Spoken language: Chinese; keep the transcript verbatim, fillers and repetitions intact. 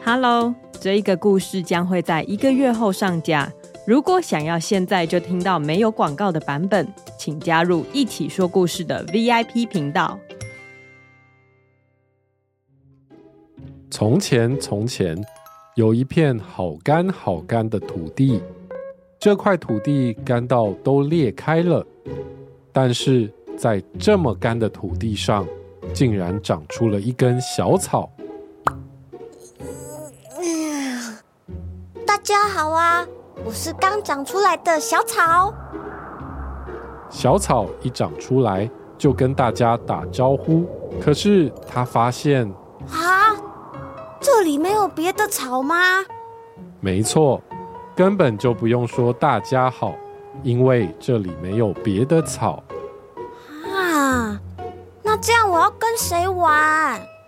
Hello， 这一个故事将会在一个月后上架。如果想要现在就听到没有广告的版本，请加入一起说故事的 V I P 频道。 从前从前，有一片好干好干的土地，这块土地干到都裂开了，但是在这么干的土地上，竟然长出了一根小草。 大家好啊，我是刚长出来的小草。 小草一长出来就跟大家打招呼，可是他发现啊，这里没有别的草吗？ 没错，根本就不用说大家好，因为这里没有别的草。 啊，那这样我要跟谁玩？